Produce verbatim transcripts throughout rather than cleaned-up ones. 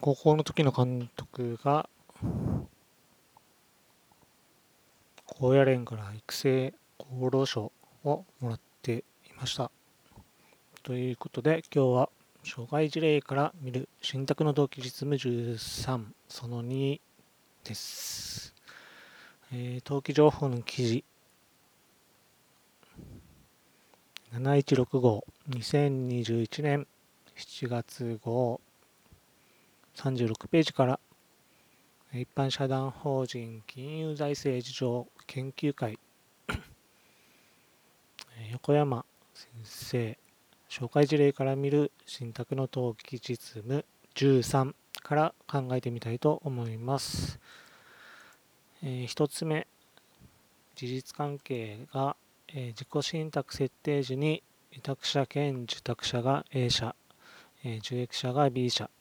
高校の時の監督が高野連から育成功労賞をもらっていました。ということで今日は障害事例から見る信託の動機実務じゅうさんそのにです。えー、登記情報の記事なないちろくごうにせんにじゅういちねんしちがつごうさんじゅうろくページから一般社団法人金融財政事情研究会横山先生紹介事例から見る信託の登記実務じゅうさんから考えてみたいと思います。えー、ひとつめ、事実関係が、えー、自己信託設定時に委託者兼受託者が A 社、えー、受益者が B 社。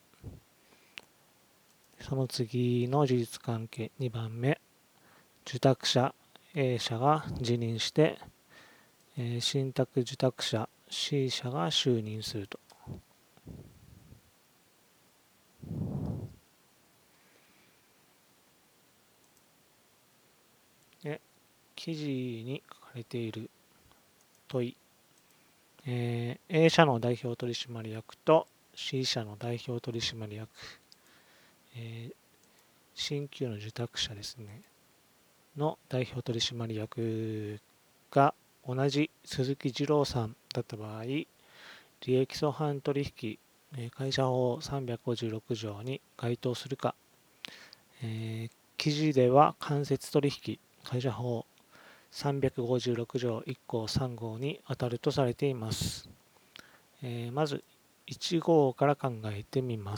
その次の事実関係にばんめ、受託者 A 社が辞任して、えー、信託受託者 C 社が就任すると。で、記事に書かれている問い、えー、A 社の代表取締役と C 社の代表取締役、えー、新旧の受託者ですね、の代表取締役が同じ鈴木二郎さんだった場合、利益相反取引会社法さんびゃくごじゅうろく条に該当するか、えー、記事では間接取引会社法さんびゃくごじゅうろく条いっ項さん号に当たるとされています。えー、まずいち号から考えてみます。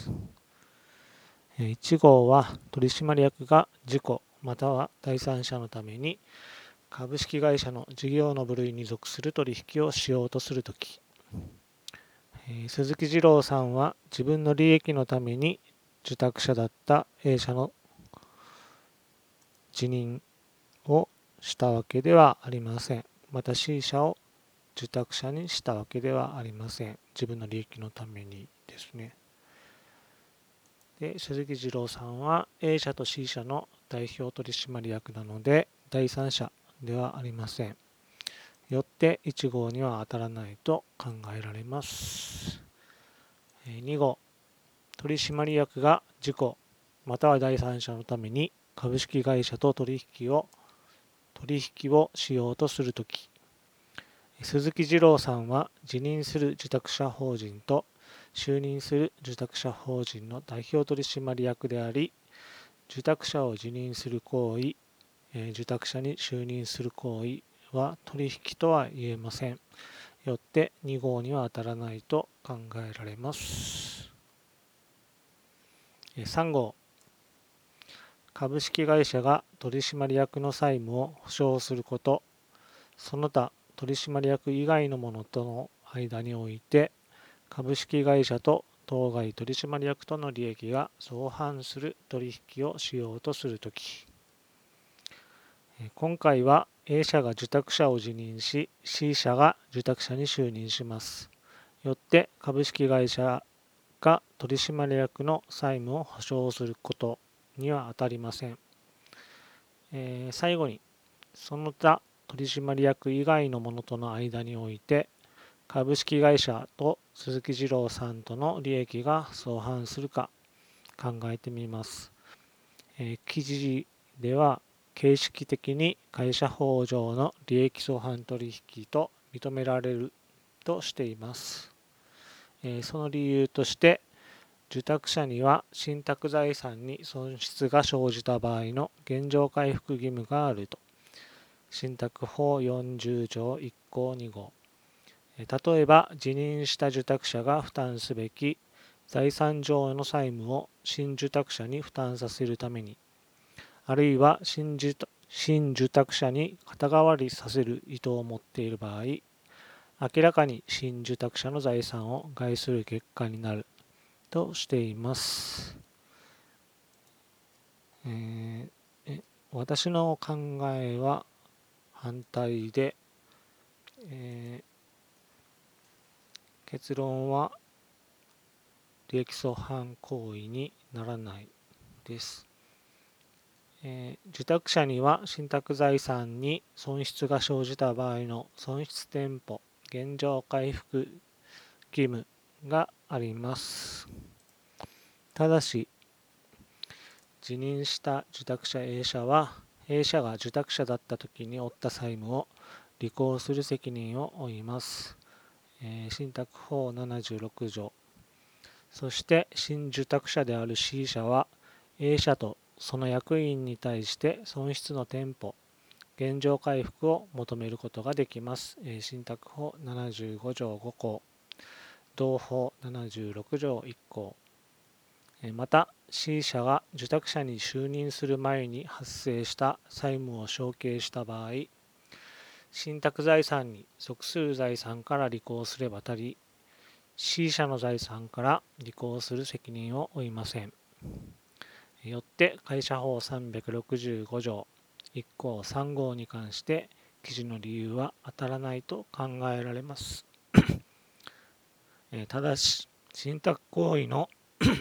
いち号は取締役が自己または第三者のために株式会社の事業の部類に属する取引をしようとするとき、えー、鈴木二郎さんは自分の利益のために受託者だった A 社の辞任をしたわけではありません。また C 社を受託者にしたわけではありません。自分の利益のためにですね。で、鈴木二郎さんは A 社と C 社の代表取締役なので、第三者ではありません。よっていち号には当たらないと考えられます。に号、取締役が自己または第三者のために株式会社と取引を取引をしようとするとき、鈴木二郎さんは辞任する受託者法人と就任する受託者法人の代表取締役であり、受託者を辞任する行為、受託者に就任する行為は取引とは言えません。よってに号には当たらないと考えられます。さん号、株式会社が取締役の債務を保証すること、その他取締役以外の者との間において、株式会社と当該取締役との利益が相反する取引をしようとするとき、今回は A 社が受託者を辞任し、C 社が受託者に就任します。よって株式会社が取締役の債務を保証することには当たりません。えー、最後に、その他取締役以外の者との間において、株式会社と鈴木二郎さんとの利益が相反するか考えてみます。えー、記事では形式的に会社法上の利益相反取引と認められるとしています。えー、その理由として、受託者には信託財産に損失が生じた場合の原状回復義務があると。信託法よんじゅう条いっ項に号。例えば、辞任した受託者が負担すべき財産上の債務を新受託者に負担させるために、あるいは新受新受託者に肩代わりさせる意図を持っている場合、明らかに新受託者の財産を害する結果になるとしています。えー、私の考えは反対で、えー、結論は利益相反行為にならないです。えー、受託者には信託財産に損失が生じた場合の損失店舗原状回復義務があります。ただし、辞任した受託者 A 社は、A 社が受託者だった時に負った債務を履行する責任を負います。えー、信託法ななじゅうろく条。そして、新受託者である C 社は、A 社とその役員に対して損失の店舗、原状回復を求めることができます。えー、信託法ななじゅうご条ご項、同法ななじゅうろく条いっ項。また、C 社が受託者に就任する前に発生した債務を承継した場合、信託財産に属する財産から履行すれば足り、C 社の財産から履行する責任を負いません。よって会社法さんびゃくろくじゅうご条いっ項さん号に関して記事の理由は当たらないと考えられます。ただし、信託行為の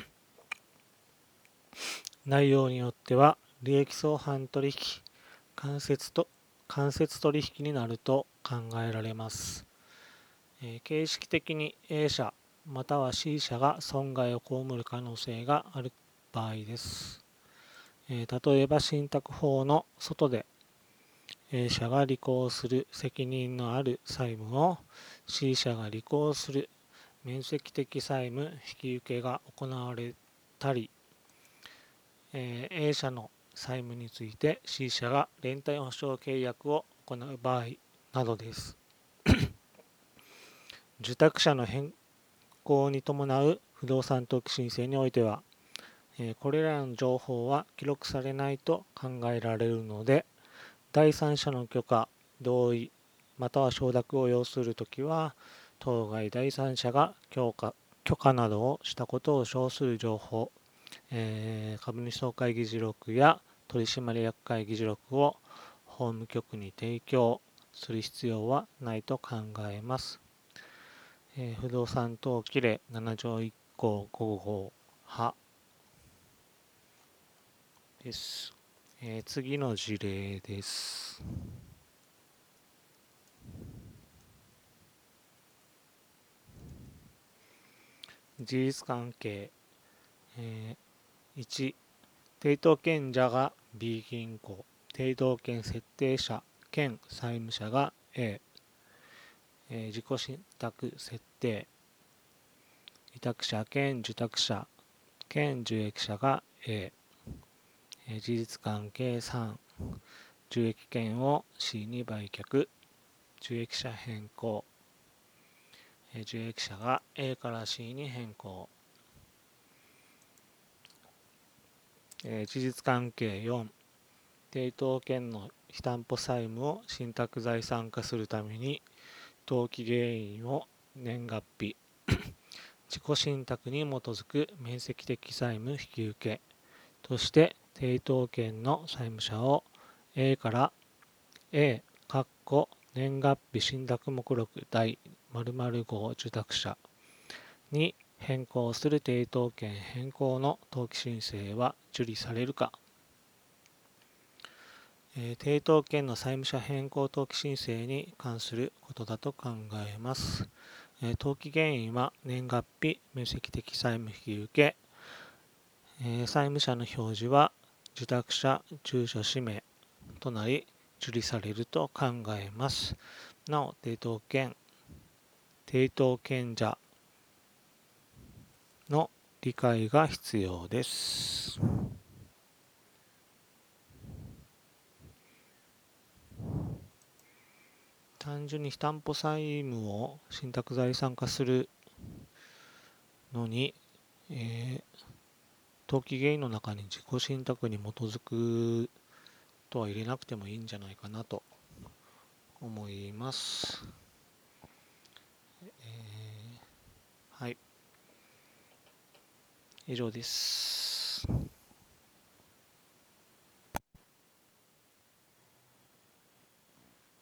内容によっては利益相反取引、間接と間接取引になると考えられます。えー、形式的に A 社または C 社が損害を被る可能性がある場合です。えー、例えば信託法の外で A 社が履行する責任のある債務を C 社が履行する免責的債務引き受けが行われたり、えー、A 社の債務について C 社が連帯保証契約を行う場合などです。受託者の変更に伴う不動産登記申請においては、えー、これらの情報は記録されないと考えられるので、第三者の許可、同意、または承諾を要するときは、当該第三者が許可、許可などをしたことを証する情報、えー、株主総会議事録や取締役会議事録を法務局に提供する必要はないと考えます。えー、不動産登記例なな条いっ項ご号派です。えー、次の事例です。事実関係、えー、いち、抵当権者が B 銀行、抵当権設定者兼債務者が A、えー、自己信託設定、委託者兼受託者兼受益者が A、えー、事実関係さん、受益権を C に売却、受益者変更、えー、受益者が A から C に変更、えー、事実関係よん、抵当権の非担保債務を信託財産化するために登記原因を年月日、自己信託に基づく免責的債務引き受けとして抵当権の債務者を A から A、年月日信託目録第〇〇号受託者に変更する抵当権変更の登記申請は受理されるか。えー、抵当権の債務者変更登記申請に関することだと考えます。えー、登記原因は年月日、免責的債務引き受け、えー、債務者の表示は受託者、住所、氏名となり受理されると考えます。なお、抵当権、抵当権者の理解が必要です。単純に非担保債務を信託財産化するのに、えー、登記原因の中に自己信託に基づくとは入れなくてもいいんじゃないかなと思います。えー、はい。以上です。